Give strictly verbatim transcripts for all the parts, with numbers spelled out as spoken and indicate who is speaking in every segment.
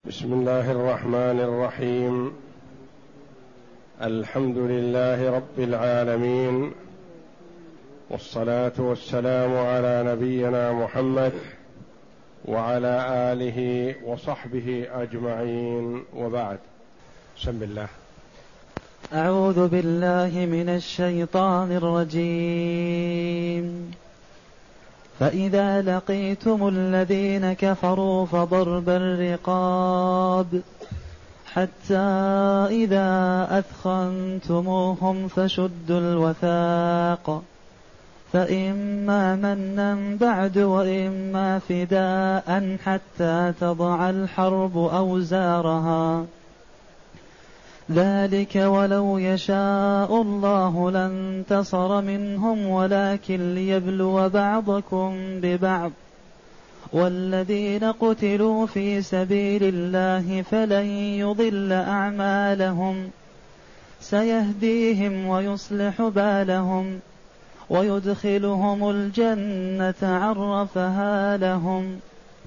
Speaker 1: بسم الله الرحمن الرحيم. الحمد لله رب العالمين، والصلاة والسلام على نبينا محمد وعلى آله وصحبه أجمعين، وبعد. بسم الله.
Speaker 2: أعوذ بالله من الشيطان الرجيم. فإذا لقيتم الذين كفروا فضرب الرقاب حتى إذا أثخنتموهم فشدوا الوثاق فإما منا بعد وإما فداء حتى تضع الحرب أوزارها، ذلك ولو يشاء الله لانتصر منهم ولكن ليبلو بعضكم ببعض، والذين قتلوا في سبيل الله فلن يضل أعمالهم، سيهديهم ويصلح بالهم ويدخلهم الجنة عرفها لهم.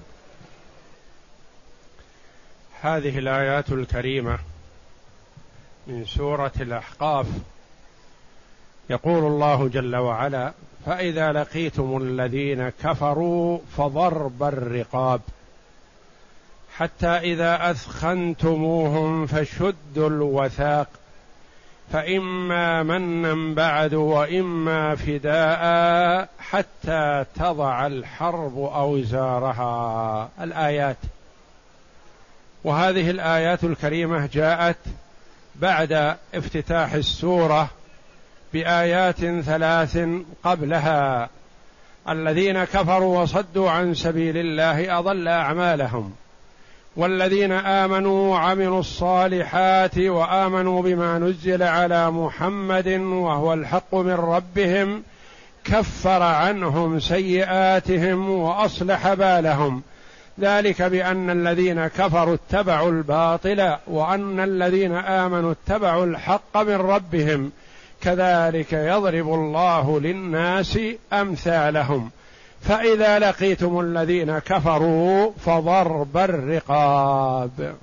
Speaker 1: هذه الآيات الكريمة من سورة الأحقاف يقول الله جل وعلا: فإذا لقيتم الذين كفروا فضرب الرقاب حتى إذا أثخنتموهم فشدوا الوثاق فإما منا بعد وإما فداء حتى تضع الحرب أوزارها. الآيات، وهذه الآيات الكريمة جاءت بعد افتتاح السورة بآيات ثلاث قبلها: الذين كفروا وصدوا عن سبيل الله أضل أعمالهم، والذين آمنوا وعملوا الصالحات وآمنوا بما نزل على محمد وهو الحق من ربهم كفر عنهم سيئاتهم وأصلح بالهم، ذلك بأن الذين كفروا اتبعوا الباطل وأن الذين آمنوا اتبعوا الحق من ربهم، كذلك يضرب الله للناس أمثالهم. فإذا لقيتم الذين كفروا فضرب الرقاب.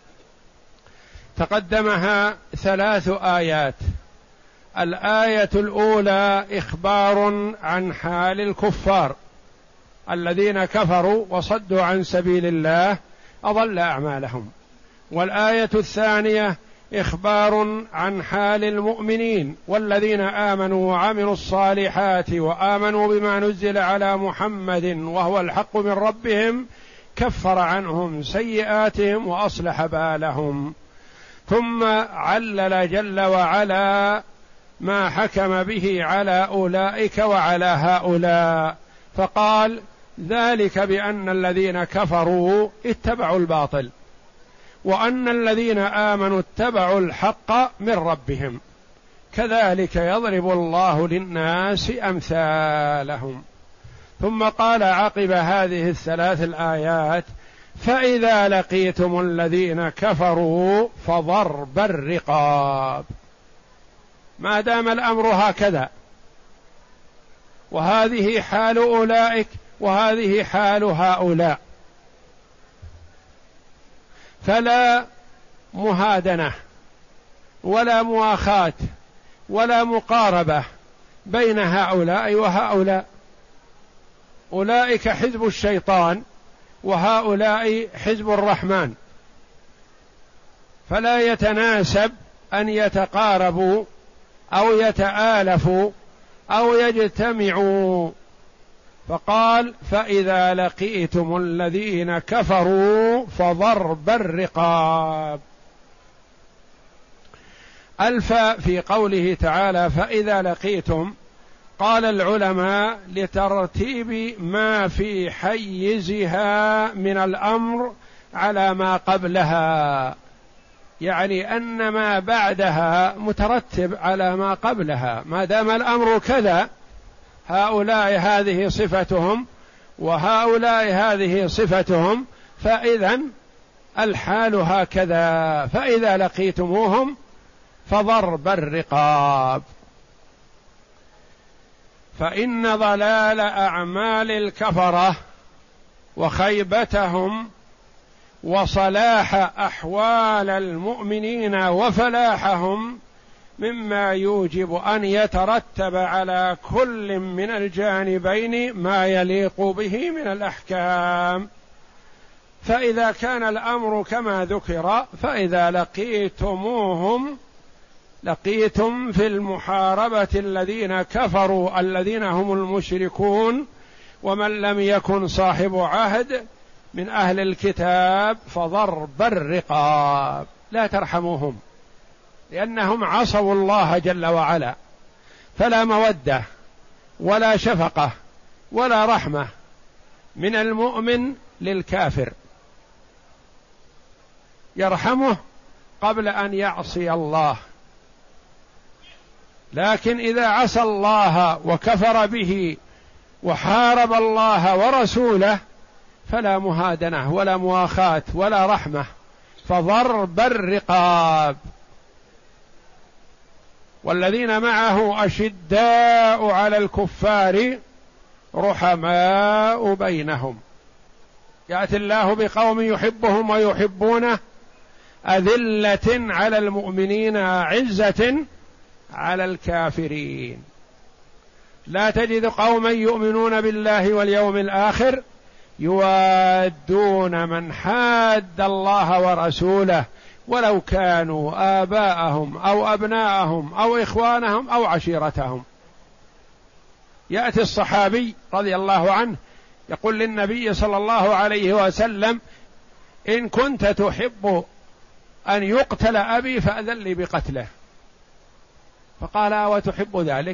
Speaker 1: تقدمها ثلاث آيات. الآية الأولى إخبار عن حال الكفار الذين كفروا وصدوا عن سبيل الله أضل أعمالهم، والآية الثانية إخبار عن حال المؤمنين والذين آمنوا وعملوا الصالحات وآمنوا بما نزل على محمد وهو الحق من ربهم كفر عنهم سيئاتهم وأصلح بالهم. ثم علل جل وعلا ما حكم به على أولئك وعلى هؤلاء، فقال: ذلك بأن الذين كفروا اتبعوا الباطل وأن الذين آمنوا اتبعوا الحق من ربهم، كذلك يضرب الله للناس أمثالهم. ثم قال عقب هذه الثلاث الآيات: فإذا لقيتم الذين كفروا فضرب الرقاب. ما دام الأمر هكذا، وهذه حال أولئك وهذه حال هؤلاء، فلا مهادنة ولا مواخاة ولا مقاربة بين هؤلاء وهؤلاء. أولئك حزب الشيطان وهؤلاء حزب الرحمن، فلا يتناسب أن يتقاربوا أو يتآلفوا أو يجتمعوا. فقال: فإذا لقيتم الذين كفروا فضرب الرقاب. الفاء في قوله تعالى فإذا لقيتم، قال العلماء لترتيب ما في حيزها من الأمر على ما قبلها، يعني أن ما بعدها مترتب على ما قبلها. ما دام الأمر كذا، هؤلاء هذه صفتهم وهؤلاء هذه صفتهم، فإذا الحال هكذا. فإذا لقيتموهم فضرب الرقاب. فإن ضلال أعمال الكفرة وخيبتهم وصلاح أحوال المؤمنين وفلاحهم مما يوجب أن يترتب على كل من الجانبين ما يليق به من الأحكام. فإذا كان الأمر كما ذكر، فإذا لقيتموهم لقيتم في المحاربة الذين كفروا الذين هم المشركون ومن لم يكن صاحب عهد من أهل الكتاب فضرب الرقاب، لا ترحموهم لأنهم عصوا الله جل وعلا، فلا مودة ولا شفقة ولا رحمة من المؤمن للكافر، يرحمه قبل أن يعصي الله، لكن إذا عصى الله وكفر به وحارب الله ورسوله فلا مهادنة ولا مواخاة ولا رحمة، فضرب الرقاب. والذين معه أشداء على الكفار رحماء بينهم، يأتي الله بقوم يحبهم ويحبونه أذلة على المؤمنين عزة على الكافرين. لا تجد قوما يؤمنون بالله واليوم الآخر يوادون من حاد الله ورسوله ولو كانوا آباءهم أو أبناءهم أو إخوانهم أو عشيرتهم. يأتي الصحابي رضي الله عنه يقول للنبي صلى الله عليه وسلم: إن كنت تحب أن يقتل أبي فأذن لي بقتله. فقال: وتحب ذلك؟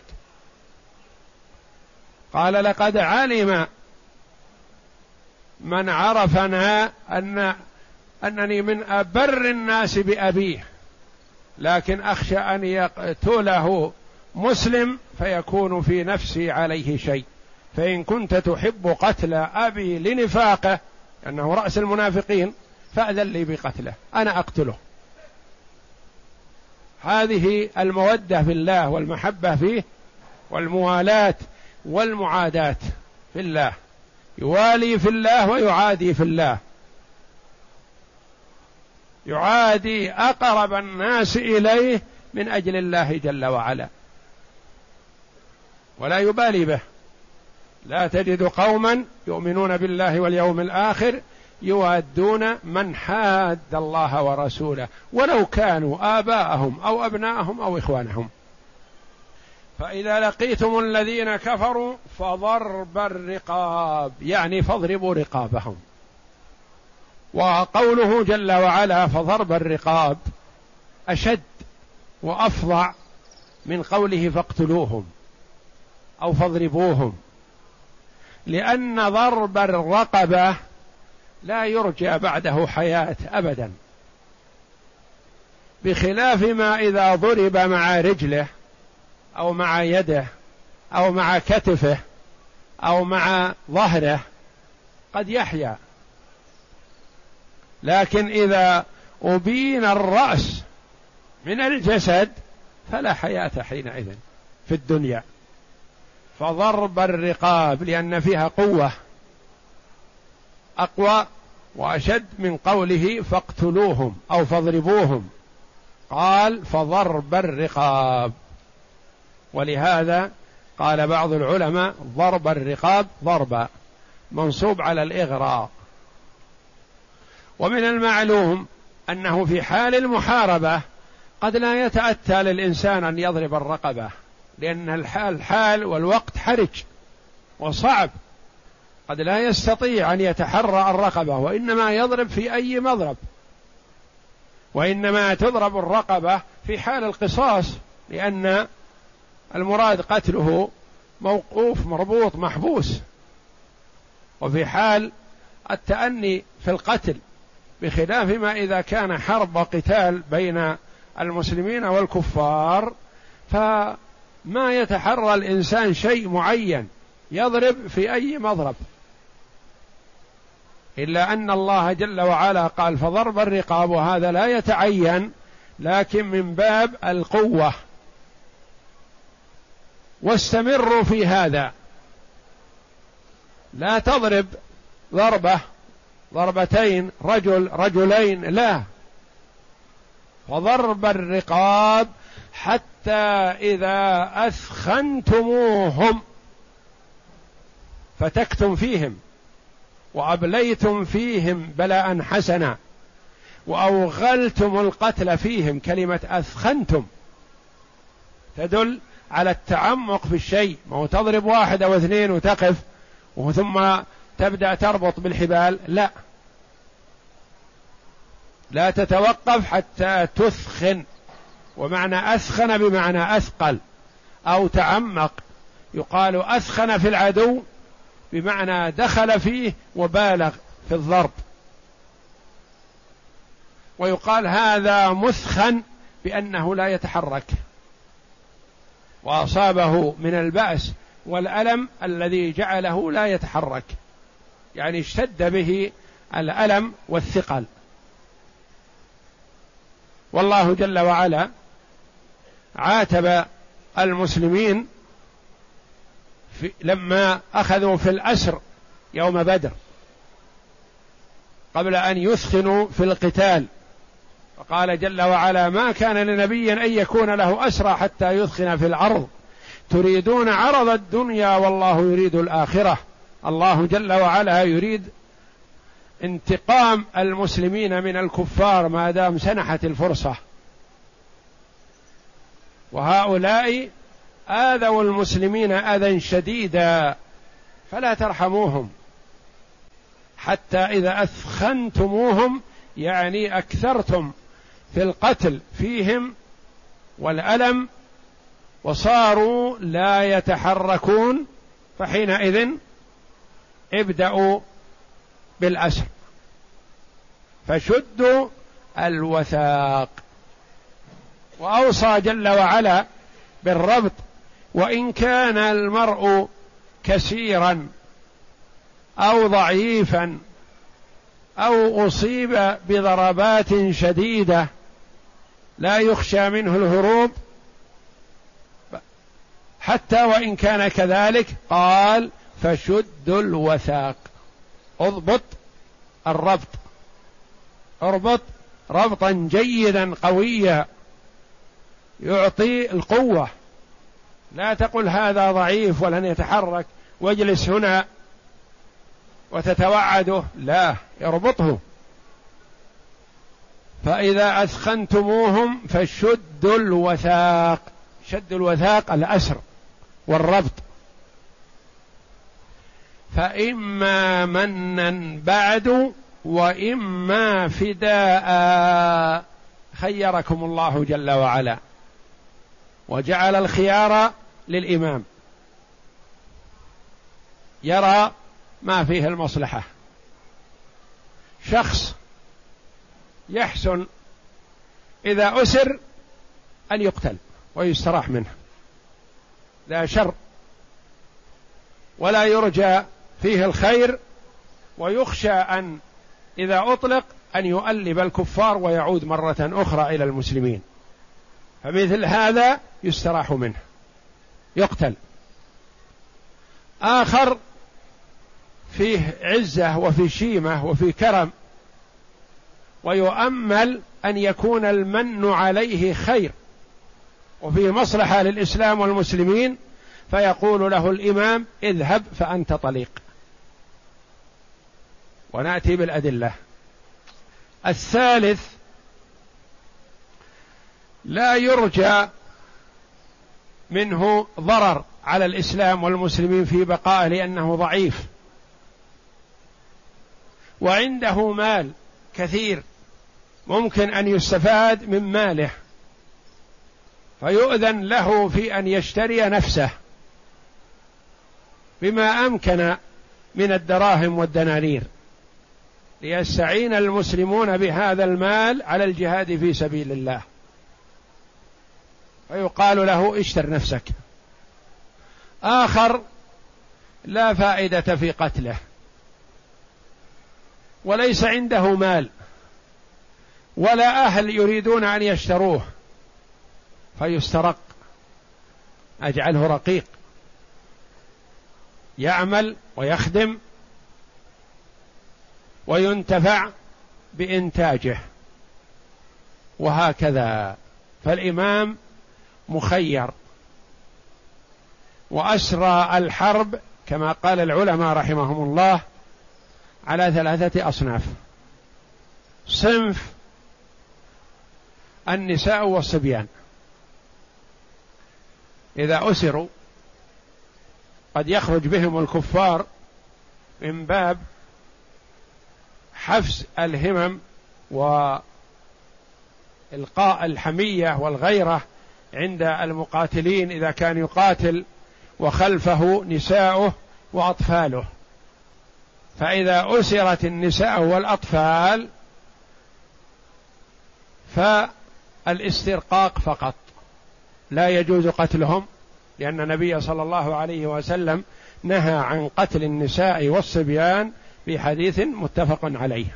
Speaker 1: قال: لقد علم من عرفنا أن أنني من أبر الناس بأبيه، لكن أخشى أن يقتله مسلم فيكون في نفسي عليه شيء، فإن كنت تحب قتل أبي لنفاقه أنه رأس المنافقين فأذن لي بقتله، أنا أقتله. هذه المودة في الله والمحبة فيه والموالاة والمعاداة في الله، يوالي في الله ويعادي في الله، يعادي أقرب الناس إليه من أجل الله جل وعلا ولا يبالي به. لا تجد قوما يؤمنون بالله واليوم الآخر يوادون من حاد الله ورسوله ولو كانوا آباءهم أو أبناءهم أو إخوانهم. فإذا لقيتم الذين كفروا فضرب الرقاب، يعني فاضربوا رقابهم. وقوله جل وعلا فضرب الرقاب أشد وأفظع من قوله فاقتلوهم أو فاضربوهم، لأن ضرب الرقبة لا يرجى بعده حياة أبدا، بخلاف ما إذا ضرب مع رجله أو مع يده أو مع كتفه أو مع ظهره قد يحيا، لكن إذا أبين الرأس من الجسد فلا حياة حينئذ في الدنيا. فضرب الرقاب لأن فيها قوة أقوى وأشد من قوله فاقتلوهم أو فاضربوهم، قال فضرب الرقاب. ولهذا قال بعض العلماء ضرب الرقاب ضربا منصوب على الإغراء. ومن المعلوم أنه في حال المحاربة قد لا يتأتى للإنسان أن يضرب الرقبة، لأن الحال حال والوقت حرج وصعب، قد لا يستطيع أن يتحرى الرقبة، وإنما يضرب في أي مضرب، وإنما تضرب الرقبة في حال القصاص، لأن المراد قتله موقوف مربوط محبوس. وفي حال التأني في القتل، بخلاف ما إذا كان حرب وقتال بين المسلمين والكفار، فما يتحرى الإنسان شيء معين، يضرب في أي مضرب، إلا أن الله جل وعلا قال فضرب الرقاب، وهذا لا يتعين لكن من باب القوة. واستمروا في هذا، لا تضرب ضربة ضربتين، رجل رجلين، لا، وضرب الرقاب حتى إذا أثخنتموهم فتكتم فيهم وأبليتم فيهم بلاء حسنا وأوغلتم القتل فيهم. كلمة أثخنتم تدل على التعمق في الشيء، ما هو تضرب واحد أو اثنين وتقف وثم تبدأ تربط بالحبال، لا، لا تتوقف حتى تثخن. ومعنى أثخن بمعنى أثقل أو تعمق. يقال أثخن في العدو بمعنى دخل فيه وبالغ في الضرب، ويقال هذا مثخن بأنه لا يتحرك وأصابه من البأس والألم الذي جعله لا يتحرك، يعني اشتد به الألم والثقل. والله جل وعلا عاتب المسلمين في لما أخذوا في الأسر يوم بدر قبل أن يثخنوا في القتال، فقال جل وعلا: ما كان لنبي أن يكون له أسرى حتى يثخن في الأرض تريدون عرض الدنيا والله يريد الآخرة. الله جل وعلا يريد انتقام المسلمين من الكفار ما دام سنحت الفرصة، وهؤلاء آذوا المسلمين أذى شديدا فلا ترحموهم حتى إذا أثخنتموهم، يعني أكثرتم في القتل فيهم والألم وصاروا لا يتحركون، فحينئذ ابدأوا بالأسر فشدوا الوثاق. وأوصى جل وعلا بالربط، وإن كان المرء كثيرا أو ضعيفا أو أصيب بضربات شديدة لا يخشى منه الهروب، حتى وإن كان كذلك قال: فشدوا الوثاق. اضبط الربط، اربط ربطا جيدا قويا يعطي القوة، لا تقل هذا ضعيف ولن يتحرك واجلس هنا وتتوعده، لا، اربطه. فإذا أثخنتموهم فشدوا الوثاق، شد الوثاق الأسر والربط. فإما منا بعد وإما فداء، خيركم الله جل وعلا وجعل الخيار للإمام يرى ما فيه المصلحة. شخص يحسن إذا أسر أن يقتل ويستراح منه، لا شر ولا يرجى فيه الخير، ويخشى أن إذا أطلق أن يؤلب الكفار ويعود مرة أخرى إلى المسلمين، فمثل هذا يستراح منه يقتل. آخر فيه عزة وفي شيمة وفي كرم ويؤمل أن يكون المن عليه خير وفيه مصلحة للإسلام والمسلمين، فيقول له الإمام: اذهب فأنت طليق. ونأتي بالأدلة. الثالث لا يرجى منه ضرر على الإسلام والمسلمين في بقائه لأنه ضعيف وعنده مال كثير ممكن أن يستفاد من ماله، فيؤذن له في أن يشتري نفسه بما أمكن من الدراهم والدنانير ليستعين المسلمون بهذا المال على الجهاد في سبيل الله، فيقال له: اشتر نفسك. آخر لا فائدة في قتله وليس عنده مال ولا أهل يريدون أن يشتروه، فيسترق، أجعله رقيق يعمل ويخدم وينتفع بإنتاجه، وهكذا. فالإمام مخير. وأسرى الحرب كما قال العلماء رحمهم الله على ثلاثة أصناف: صنف النساء والصبيان، إذا أسروا قد يخرج بهم الكفار من باب حفز الهمم وإلقاء الحمية والغيرة عند المقاتلين إذا كان يقاتل وخلفه نساؤه وأطفاله. فإذا أسرت النساء والأطفال فالاسترقاق فقط، لا يجوز قتلهم، لأن النبي صلى الله عليه وسلم نهى عن قتل النساء والصبيان في حديث متفق عليه.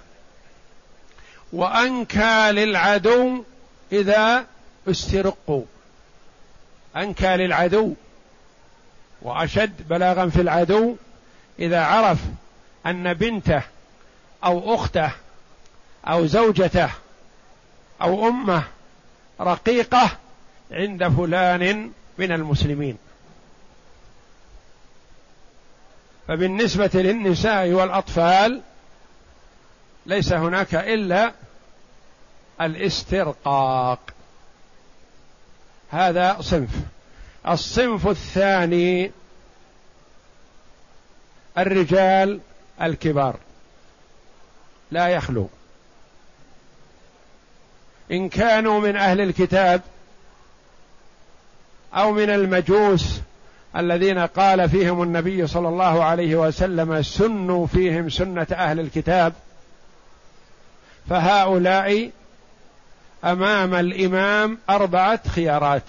Speaker 1: وأنكى للعدو إذا استرقوا، أنكى للعدو وأشد بلاغا في العدو إذا عرف أن بنته أو أخته أو زوجته أو أمه رقيقة عند فلان من المسلمين. فبالنسبة للنساء والأطفال ليس هناك إلا الاسترقاق. هذا صنف. الصنف الثاني الرجال الكبار، لا يخلو، إن كانوا من أهل الكتاب أو من المجوس الذين قال فيهم النبي صلى الله عليه وسلم سنوا فيهم سنة أهل الكتاب، فهؤلاء أمام الإمام أربعة خيارات.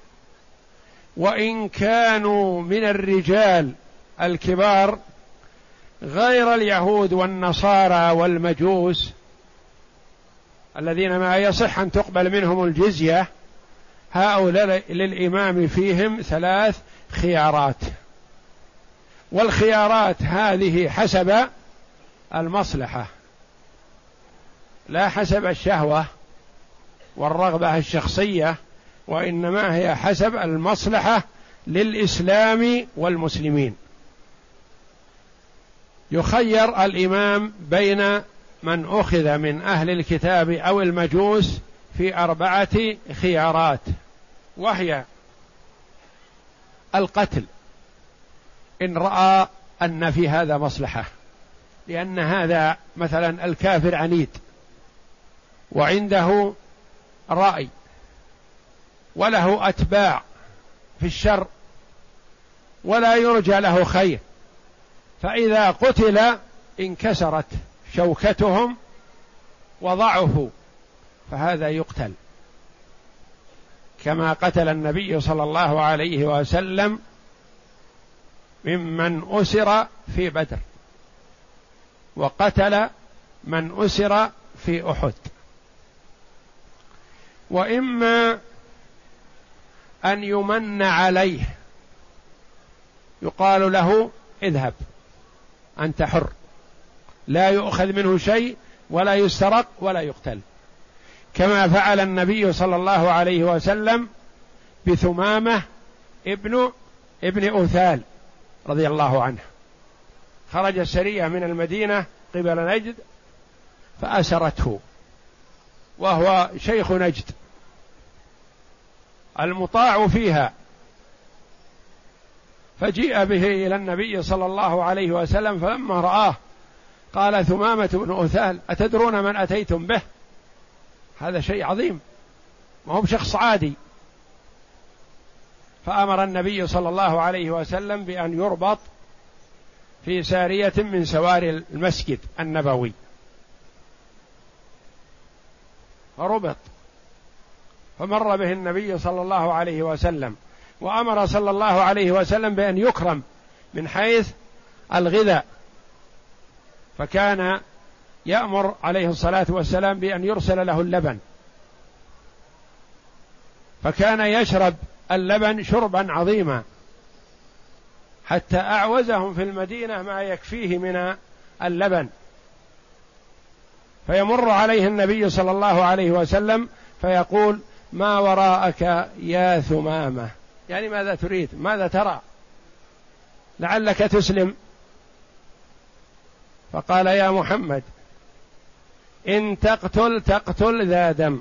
Speaker 1: وإن كانوا من الرجال الكبار غير اليهود والنصارى والمجوس الذين ما يصح أن تقبل منهم الجزية، هؤلاء للإمام فيهم ثلاث خيارات. والخيارات هذه حسب المصلحة لا حسب الشهوة والرغبة الشخصية، وإنما هي حسب المصلحة للإسلام والمسلمين. يخير الإمام بين من أخذ من أهل الكتاب أو المجوس في أربعة خيارات، وهي القتل إن رأى أن في هذا مصلحة، لأن هذا مثلا الكافر عنيد وعنده رأي وله أتباع في الشر ولا يرجى له خير، فإذا قتل انكسرت شوكتهم وضعفوا، فهذا يقتل كما قتل النبي صلى الله عليه وسلم ممن أسر في بدر، وقتل من أسر في أحد. وإما أن يمن عليه، يقال له اذهب أنت حر، لا يؤخذ منه شيء ولا يسترق ولا يقتل، كما فعل النبي صلى الله عليه وسلم بثمامة ابن ابن أثال رضي الله عنه. خرج السرية من المدينة قبل نجد فأسرته، وهو شيخ نجد المطاع فيها، فجيء به إلى النبي صلى الله عليه وسلم، فلما رآه قال ثمامة بن أثال أتدرون من أتيتم به؟ هذا شيء عظيم، ما هو بشخص عادي. فأمر النبي صلى الله عليه وسلم بأن يربط في سارية من سواري المسجد النبوي، فربط، فمر به النبي صلى الله عليه وسلم، وأمر صلى الله عليه وسلم بأن يكرم من حيث الغذاء، فكان يأمر عليه الصلاة والسلام بأن يرسل له اللبن، فكان يشرب اللبن شربا عظيما حتى أعوزهم في المدينة ما يكفيه من اللبن، فيمر عليه النبي صلى الله عليه وسلم فيقول: ما وراءك يا ثمامة؟ يعني ماذا تريد؟ ماذا ترى؟ لعلك تسلم. فقال: يا محمد، إن تقتل تقتل ذا دم،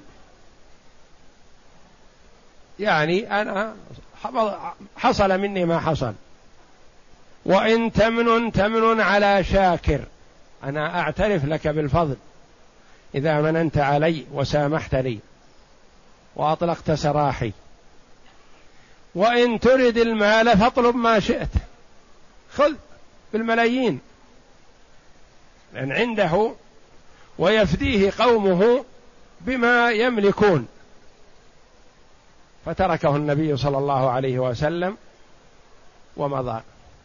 Speaker 1: يعني أنا حصل مني ما حصل، وإن تمن تمن على شاكر، أنا أعترف لك بالفضل إذا مننت علي وسامحت لي وأطلقت سراحي، وإن ترد المال فاطلب ما شئت، خذ بالملايين، لأن عنده ويفديه قومه بما يملكون. فتركه النبي صلى الله عليه وسلم ومضى.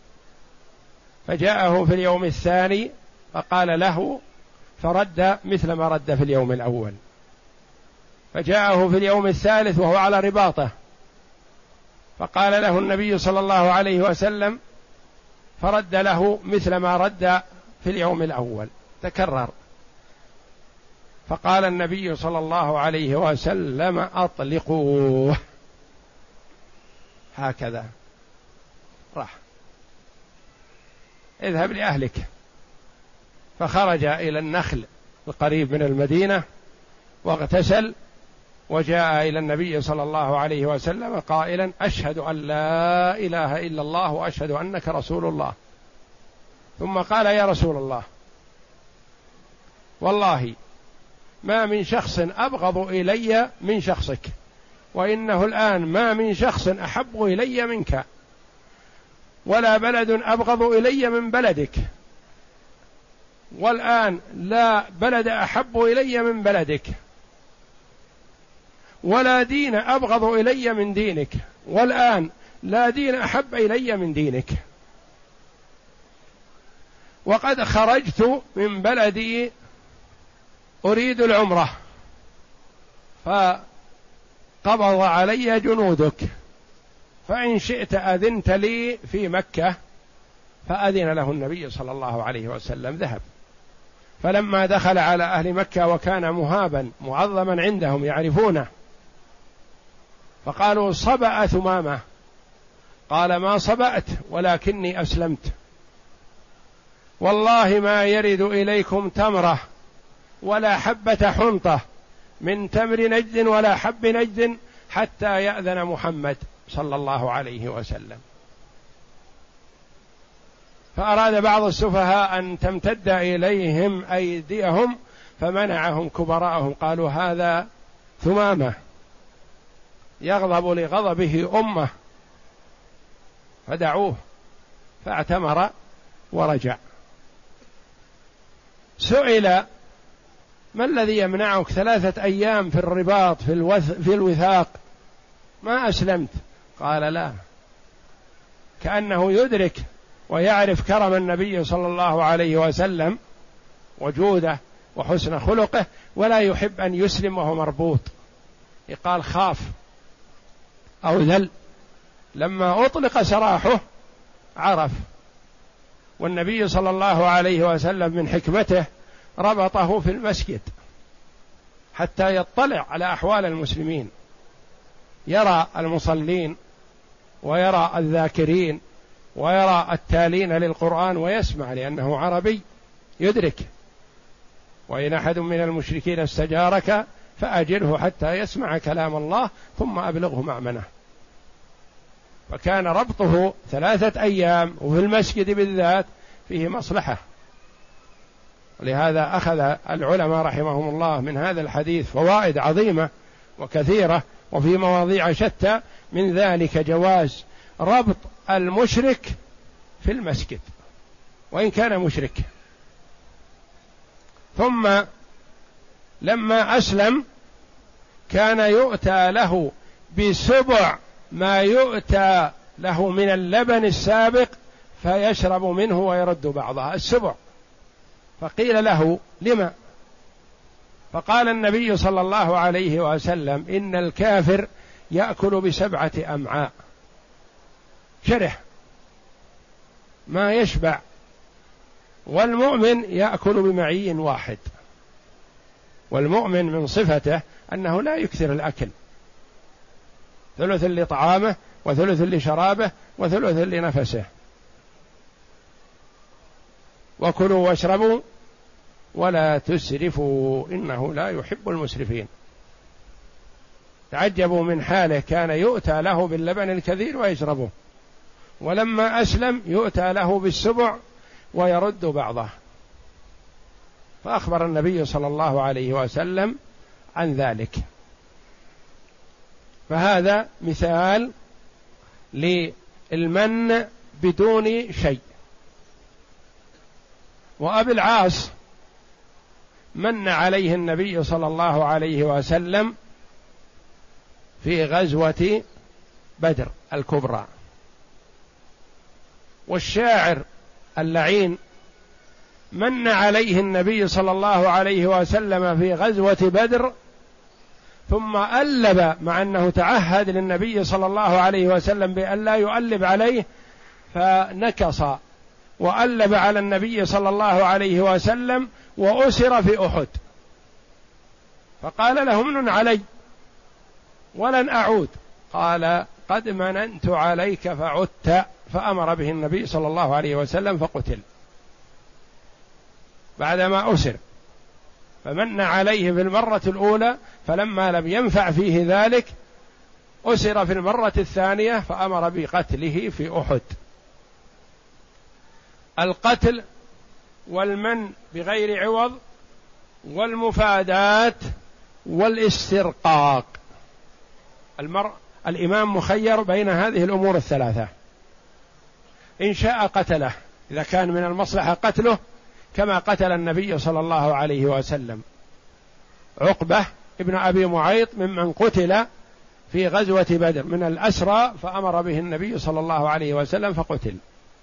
Speaker 1: فجاءه في اليوم الثاني فقال له، فرد مثل ما رد في اليوم الأول. فجاءه في اليوم الثالث وهو على رباطه، فقال له النبي صلى الله عليه وسلم، فرد له مثل ما رد في اليوم الأول، تكرر. فقال النبي صلى الله عليه وسلم: أطلقوه. هكذا راح، اذهب لأهلك. فخرج إلى النخل القريب من المدينة واغتسل، وجاء إلى النبي صلى الله عليه وسلم قائلا: أشهد أن لا إله إلا الله وأشهد أنك رسول الله. ثم قال: يا رسول الله، والله ما من شخص أبغض إلي من شخصك، وإنه الآن ما من شخص أحب إلي منك، ولا بلد أبغض إلي من بلدك، والآن لا بلد أحب إلي من بلدك، ولا دين أبغض إلي من دينك، والآن لا دين أحب إلي من دينك. وقد خرجت من بلدي أريد العمرة، فقبض علي جنودك، فإن شئت أذنت لي في مكة. فأذن له النبي صلى الله عليه وسلم، ذهب. فلما دخل على أهل مكة وكان مهابا معظما عندهم يعرفونه، فقالوا: صبأ ثمامة. قال: ما صبأت ولكني أسلمت، والله ما يرد إليكم تمرة ولا حبة حنطة من تمر نجد ولا حب نجد حتى يأذن محمد صلى الله عليه وسلم. فأراد بعض السفهاء أن تمتد إليهم أيديهم، فمنعهم كبراءهم، قالوا: هذا ثمامة يغضب لغضبه أمه، فدعوه. فاعتمر ورجع. سئل: ما الذي يمنعك ثلاثة أيام في الرباط في, الوث في الوثاق ما أسلمت؟ قال: لا، كأنه يدرك ويعرف كرم النبي صلى الله عليه وسلم وجوده وحسن خلقه، ولا يحب أن يسلم وهو مربوط، يقال خاف أو ذل. لما أطلق سراحه عرف. والنبي صلى الله عليه وسلم من حكمته ربطه في المسجد حتى يطلع على أحوال المسلمين، يرى المصلين ويرى الذاكرين ويرى التالين للقرآن ويسمع، لأنه عربي يدرك. وإن أحد من المشركين استجارك فأجره حتى يسمع كلام الله ثم أبلغه مأمنه. فكان ربطه ثلاثة أيام وفي المسجد بالذات فيه مصلحة. ولهذا أخذ العلماء رحمهم الله من هذا الحديث فوائد عظيمة وكثيرة، وفي مواضيع شتى، من ذلك جواز ربط المشرك في المسجد وإن كان مشرك. ثم لما أسلم كان يؤتى له بسبع ما يؤتى له من اللبن السابق، فيشرب منه ويرد بعضها، السبع. فقيل له: لما؟ فقال النبي صلى الله عليه وسلم: إن الكافر يأكل بسبعة أمعاء، شرح ما يشبع، والمؤمن يأكل بمعي واحد. والمؤمن من صفته أنه لا يكثر الأكل، ثلث لطعامه وثلث لشرابه وثلث لنفسه. وكلوا واشربوا ولا تسرفوا إنه لا يحب المسرفين. تعجبوا من حاله، كان يؤتى له باللبن الكثير ويشربه، ولما أسلم يؤتى له بالسبع ويرد بعضه، فأخبر النبي صلى الله عليه وسلم عن ذلك. فهذا مثال للمن بدون شيء. وأبي العاص من عليه النبي صلى الله عليه وسلم في غزوة بدر الكبرى، والشاعر اللعين من عليه النبي صلى الله عليه وسلم في غزوة بدر، ثم ألب مع أنه تعهد للنبي صلى الله عليه وسلم بأن لا يؤلب عليه، فنكص وألب على النبي صلى الله عليه وسلم وأسر في أحد، فقال له امنن علي ولن أعود، قال قد مننت عليك فعدت، فأمر به النبي صلى الله عليه وسلم فقتل بعدما أسر. فمن عليه في المرة الأولى، فلما لم ينفع فيه ذلك أسر في المرة الثانية فأمر بقتله في أحد. القتل والمن بغير عوض والمفادات والاسترقاق، المرء الإمام مخير بين هذه الأمور الثلاثة، إن شاء قتله إذا كان من المصلحة قتله، كما قتل النبي صلى الله عليه وسلم عقبة ابن أبي معيط ممن قتل في غزوة بدر من الأسرى، فأمر به النبي صلى الله عليه وسلم فقتل.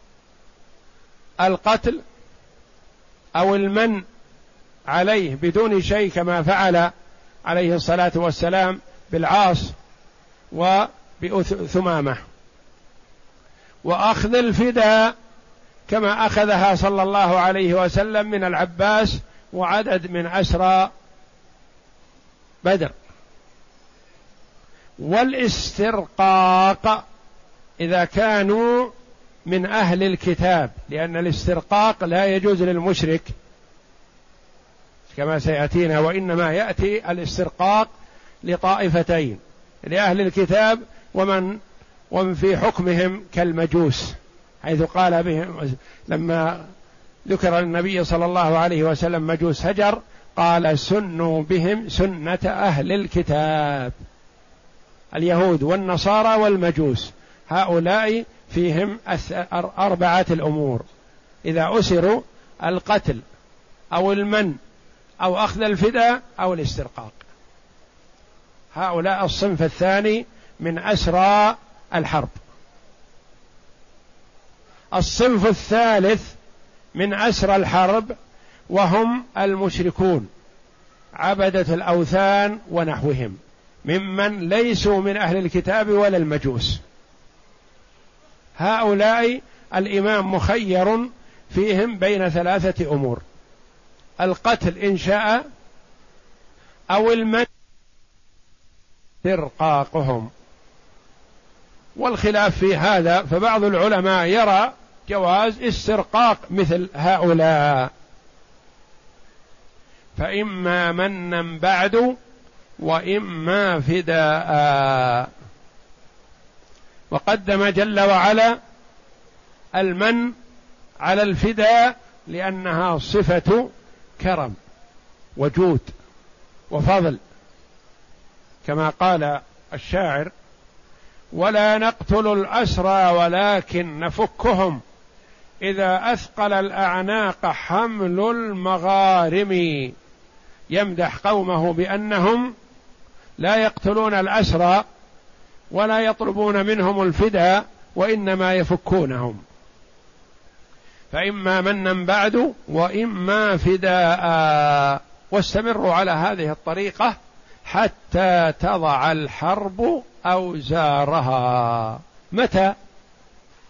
Speaker 1: القتل أو المن عليه بدون شيء كما فعل عليه الصلاة والسلام بالعاص وبثمامة، وأخذ الفداء كما أخذها صلى الله عليه وسلم من العباس وعدد من أسرى بدر. والاسترقاق إذا كانوا من أهل الكتاب، لأن الاسترقاق لا يجوز للمشرك كما سيأتينا، وإنما يأتي الاسترقاق لطائفتين، لأهل الكتاب ومن ومن في حكمهم كالمجوس، حيث قال بهم لما ذكر النبي صلى الله عليه وسلم مجوس هجر قال سنوا بهم سنة أهل الكتاب، اليهود والنصارى والمجوس، هؤلاء فيهم أربعة الأمور: إذا أسروا القتل أو المن أو أخذ الفداء أو الاسترقاق، هؤلاء الصنف الثاني من أسرى الحرب. الصنف الثالث من أسرى الحرب وهم المشركون عبدة الأوثان ونحوهم ممن ليسوا من أهل الكتاب ولا المجوس، هؤلاء الإمام مخير فيهم بين ثلاثة أمور: القتل إن شاء أو المن استرقاقهم. والخلاف في هذا، فبعض العلماء يرى جواز استرقاق مثل هؤلاء، فإما منا بعد وإما فداء. وقدم جل وعلا المن على الفداء لأنها صفة كرم وجود وفضل، كما قال الشاعر: ولا نقتل الأسرى ولكن نفكهم إذا أثقل الأعناق حمل المغارم. يمدح قومه بأنهم لا يقتلون الأسرى ولا يطلبون منهم الفداء، وإنما يفكونهم. فإما منا بعد وإما فداء، واستمروا على هذه الطريقة حتى تضع الحرب أوزارها. متى؟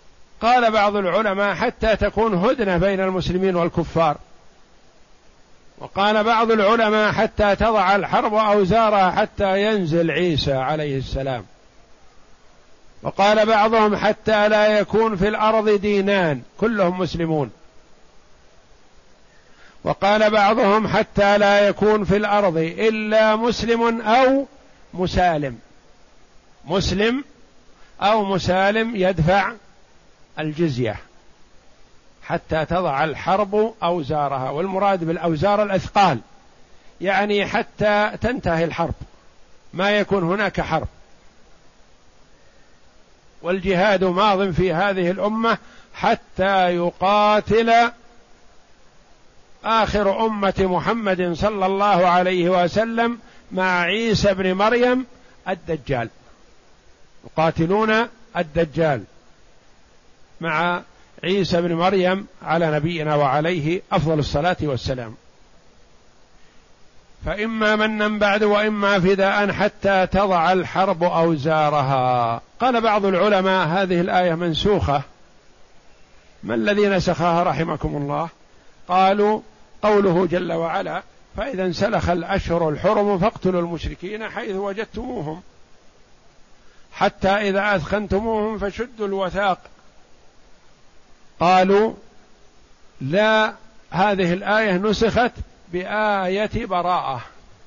Speaker 1: قال بعض العلماء: حتى تكون هدنة بين المسلمين والكفار، وقال بعض العلماء حتى تضع الحرب أوزارها حتى ينزل عيسى عليه السلام. وقال بعضهم حتى لا يكون في الأرض دينان كلهم مسلمون. وقال بعضهم حتى لا يكون في الأرض إلا مسلم أو مسالم، مسلم أو مسالم يدفع الجزية حتى تضع الحرب أوزارها. والمراد بالأوزار الأثقال، يعني حتى تنتهي الحرب، ما يكون هناك حرب. والجهاد ماض في هذه الأمة حتى يقاتل آخر أمة محمد صلى الله عليه وسلم مع عيسى بن مريم الدجال، يقاتلون الدجال مع عيسى بن مريم على نبينا وعليه أفضل الصلاة والسلام. فإما منا بعد وإما فداء حتى تضع الحرب أوزارها. قال بعض العلماء هذه الآية منسوخة. ما الذي نسخها رحمكم الله؟ قالوا قوله جل وعلا: فإذا انسلخ الأشهر الحرم فاقتلوا المشركين حيث وجدتموهم حتى إذا أثخنتموهم فشدوا الوثاق. قالوا لا، هذه الآية نسخت بآية براءة،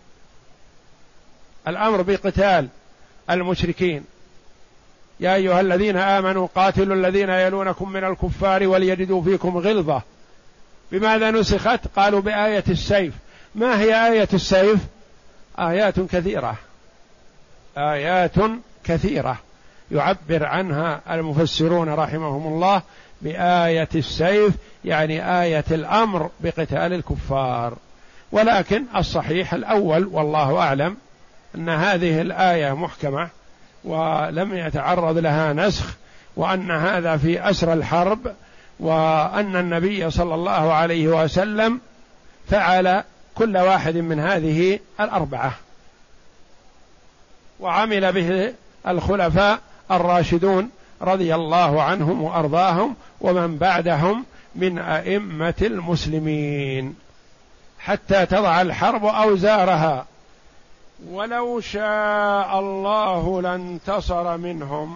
Speaker 1: الأمر بقتال المشركين. يا أيها الذين آمنوا قاتلوا الذين يلونكم من الكفار وليجدوا فيكم غلظة. بماذا نسخت؟ قالوا بآية السيف. ما هي آية السيف؟ آيات كثيرة، آيات كثيرة يعبر عنها المفسرون رحمهم الله بآية السيف، يعني آية الأمر بقتال الكفار. ولكن الصحيح الأول والله أعلم أن هذه الآية محكمة ولم يتعرض لها نسخ، وأن هذا في أسر الحرب، وأن النبي صلى الله عليه وسلم فعل كل واحد من هذه الأربعة، وعمل به الخلفاء الراشدون رضي الله عنهم وأرضاهم ومن بعدهم من أئمة المسلمين، حتى تضع الحرب أوزارها. ولو شاء الله لانتصر منهم،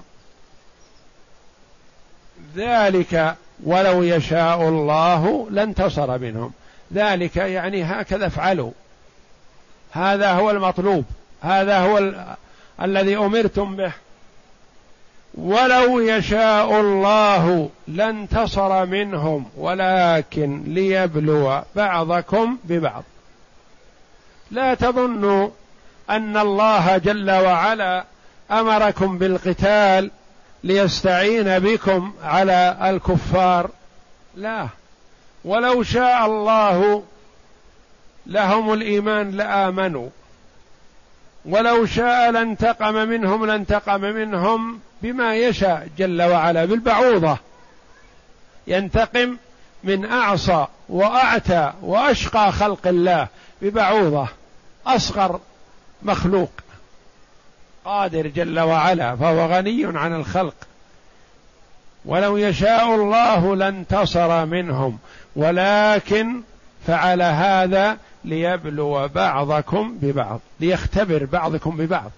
Speaker 1: ذلك ولو يشاء الله لانتصر منهم، ذلك يعني هكذا افعلوا، هذا هو المطلوب، هذا هو ال... الذي أمرتم به. ولو يشاء الله لانتصر منهم ولكن ليبلو بعضكم ببعض. لا تظنوا أن الله جل وعلا أمركم بالقتال ليستعين بكم على الكفار، لا، ولو شاء الله لهم الإيمان لآمنوا، ولو شاء لانتقم منهم لانتقم منهم بما يشاء جل وعلا، بالبعوضة ينتقم من أعصى وأعتى وأشقى خلق الله ببعوضة، أصغر مخلوق، قادر جل وعلا، فهو غني عن الخلق. ولو يشاء الله لانتصر منهم ولكن فعل هذا ليبلو بعضكم ببعض، ليختبر بعضكم ببعض.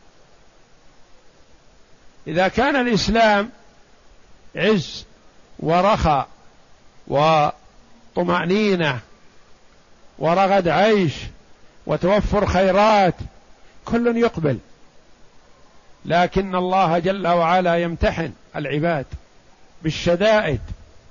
Speaker 1: إذا كان الإسلام عز ورخاء وطمأنينة ورغد عيش وتوفر خيرات، كل يقبل، لكن الله جل وعلا يمتحن العباد بالشدائد.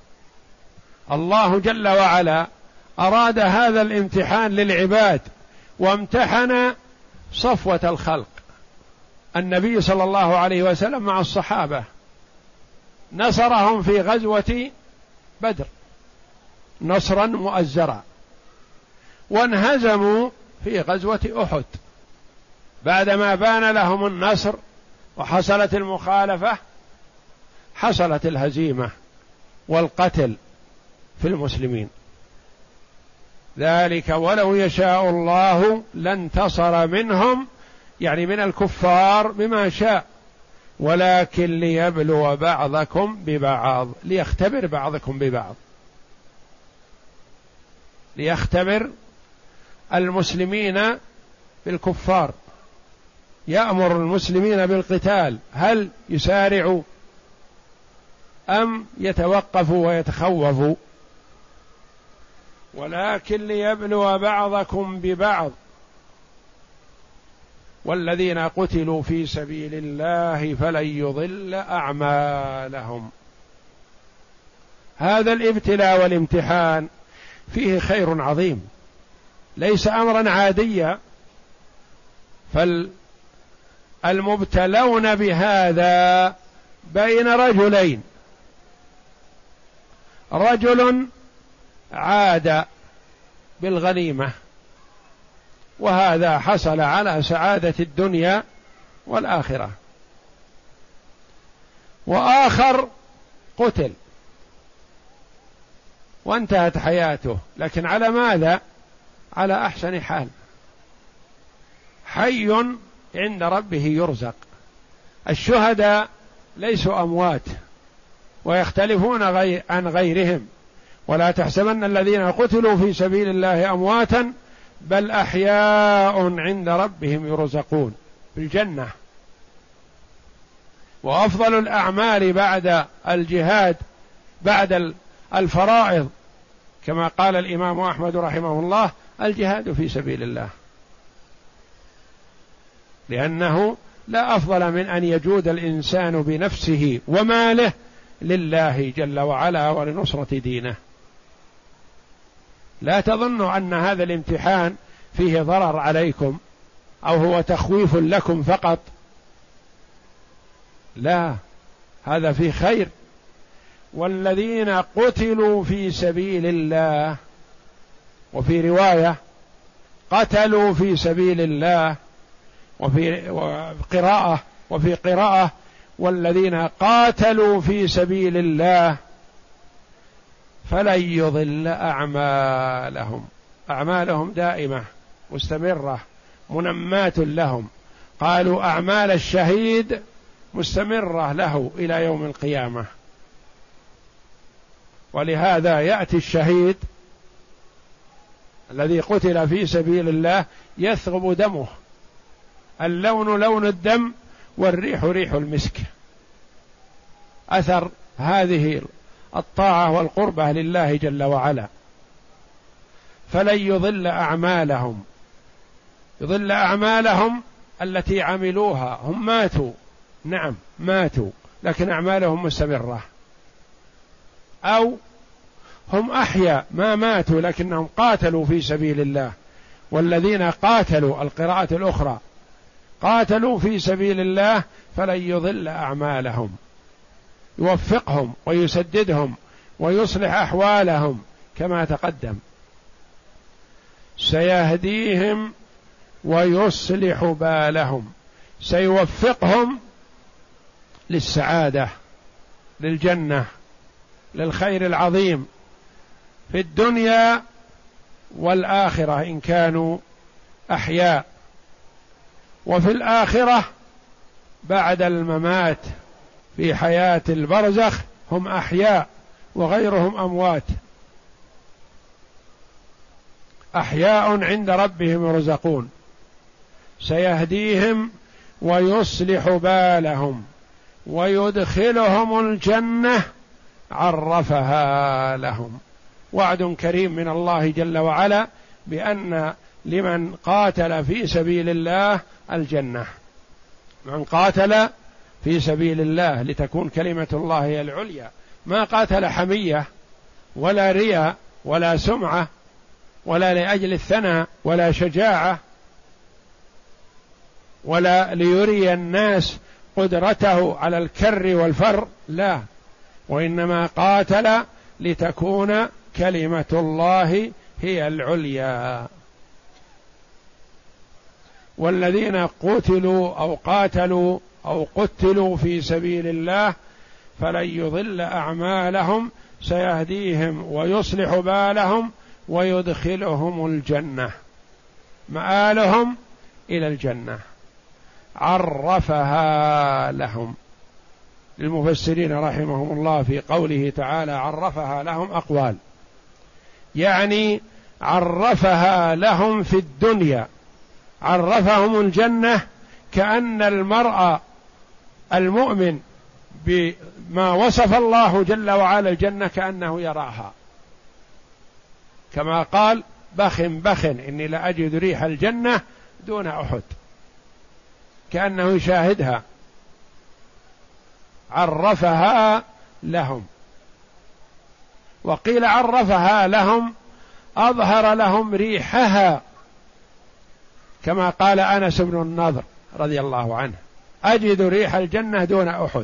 Speaker 1: الله جل وعلا أراد هذا الامتحان للعباد، وامتحن صفوة الخلق. النبي صلى الله عليه وسلم مع الصحابة نصرهم في غزوة بدر نصرا مؤزرا، وانهزموا في غزوة أحد بعدما بان لهم النصر وحصلت المخالفة، حصلت الهزيمة والقتل في المسلمين. ذلك ولو يشاء الله لانتصر منهم، يعني من الكفار بما شاء، ولكن ليبلو بعضكم ببعض، ليختبر بعضكم ببعض، ليختبر المسلمين بالكفار، يأمر المسلمين بالقتال، هل يسارعوا أم يتوقفوا ويتخوفوا؟ ولكن ليبلو بعضكم ببعض، والذين قتلوا في سبيل الله فلن يضل أعمالهم. هذا الابتلاء والامتحان فيه خير عظيم، ليس أمرا عاديا، فالمبتلون بهذا بين رجلين، رجل عاد بالغنيمة وهذا حصل على سعادة الدنيا والآخرة، وآخر قتل وانتهت حياته، لكن على ماذا؟ على أحسن حال، حي عند ربه يرزق. الشهداء ليسوا أموات ويختلفون غير عن غيرهم، ولا تحسبن الذين قتلوا في سبيل الله أمواتا بل أحياء عند ربهم يرزقون في الجنة. وأفضل الأعمال بعد الجهاد بعد الفرائض كما قال الإمام أحمد رحمه الله الجهاد في سبيل الله، لأنه لا أفضل من أن يجود الإنسان بنفسه وماله لله جل وعلا ولنصرة دينه. لا تظنوا أن هذا الامتحان فيه ضرر عليكم أو هو تخويف لكم فقط، لا، هذا فيه خير. والذين قتلوا في سبيل الله، وفي رواية قتلوا في سبيل الله، وفي قراءة وفي قراءة والذين قاتلوا في سبيل الله فلن يضل أعمالهم. أعمالهم دائمة مستمرة منمات لهم، قالوا أعمال الشهيد مستمرة له إلى يوم القيامة. ولهذا يأتي الشهيد الذي قتل في سبيل الله يثغب دمه، اللون لون الدم والريح ريح المسك، أثر هذه الطاعة والقربة لله جل وعلا. فلن يضل أعمالهم، يضل أعمالهم التي عملوها، هم ماتوا، نعم ماتوا، لكن أعمالهم مستمرة، أو هم أحيا ما ماتوا لكنهم قاتلوا في سبيل الله. والذين قاتلوا، القراءة الأخرى قاتلوا في سبيل الله فلن يضل أعمالهم، يوفقهم ويسددهم ويصلح أحوالهم كما تقدم. سيهديهم ويصلح بالهم، سيوفقهم للسعادة، للجنة، للخير العظيم في الدنيا والآخرة إن كانوا أحياء، وفي الآخرة بعد الممات في حياة البرزخ هم أحياء وغيرهم أموات، أحياء عند ربهم يرزقون. سيهديهم ويصلح بالهم ويدخلهم الجنة عرفها لهم. وعد كريم من الله جل وعلا بأن لمن قاتل في سبيل الله الجنة، من قاتل في سبيل الله لتكون كلمة الله هي العليا، ما قاتل حمية ولا رياء ولا سمعة ولا لأجل الثناء ولا شجاعة ولا ليري الناس قدرته على الكر والفر، لا، وإنما قاتل لتكون كلمة الله هي العليا. والذين قتلوا أو قاتلوا أو قتلوا في سبيل الله فلن يضل أعمالهم، سيهديهم ويصلح بالهم ويدخلهم الجنة، مآلهم إلى الجنة عرفها لهم. للمفسرين رحمهم الله في قوله تعالى عرفها لهم أقوال، يعني عرفها لهم في الدنيا، عرفهم الجنة كأن المرء المؤمن بما وصف الله جل وعلا الجنة كأنه يراها، كما قال بخ بخ إني لأجد ريح الجنة دون أحد، كأنه يشاهدها. عرفها لهم، وقيل عرفها لهم أظهر لهم ريحها، كما قال أنس بن النضر رضي الله عنه أجد ريح الجنة دون أحد.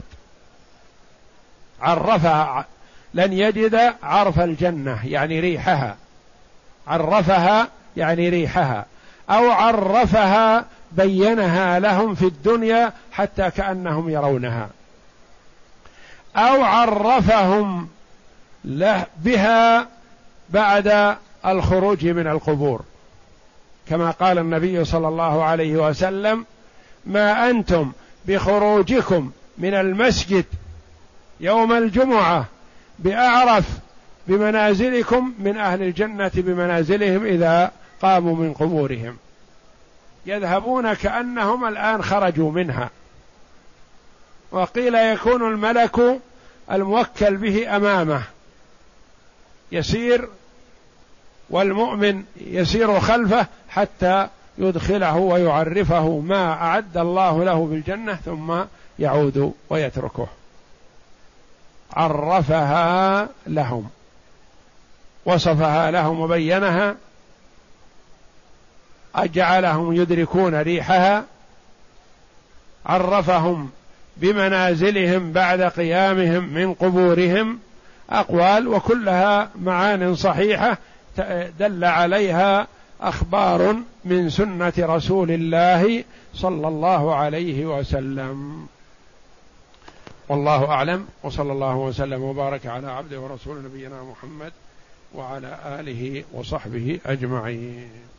Speaker 1: عرفها، لن يجد عرف الجنة يعني ريحها، عرفها يعني ريحها، أو عرفها بينها لهم في الدنيا حتى كأنهم يرونها، أو عرفهم له بها بعد الخروج من القبور، كما قال النبي صلى الله عليه وسلم ما أنتم بخروجكم من المسجد يوم الجمعة بأعرف بمنازلكم من أهل الجنة بمنازلهم إذا قاموا من قبورهم، يذهبون كأنهم الآن خرجوا منها. وقيل يكون الملك الموكل به أمامه يسير والمؤمن يسير خلفه حتى يدخله ويعرفه ما أعد الله له بالجنة ثم يعود ويتركه. عرفها لهم، وصفها لهم وبينها، أجعلهم يدركون ريحها، عرفهم بمنازلهم بعد قيامهم من قبورهم. أقوال وكلها معان صحيحة دل عليها أخبار من سنة رسول الله صلى الله عليه وسلم. والله أعلم، وصلى الله وسلم وبارك على عبده ورسول نبينا محمد وعلى آله وصحبه أجمعين.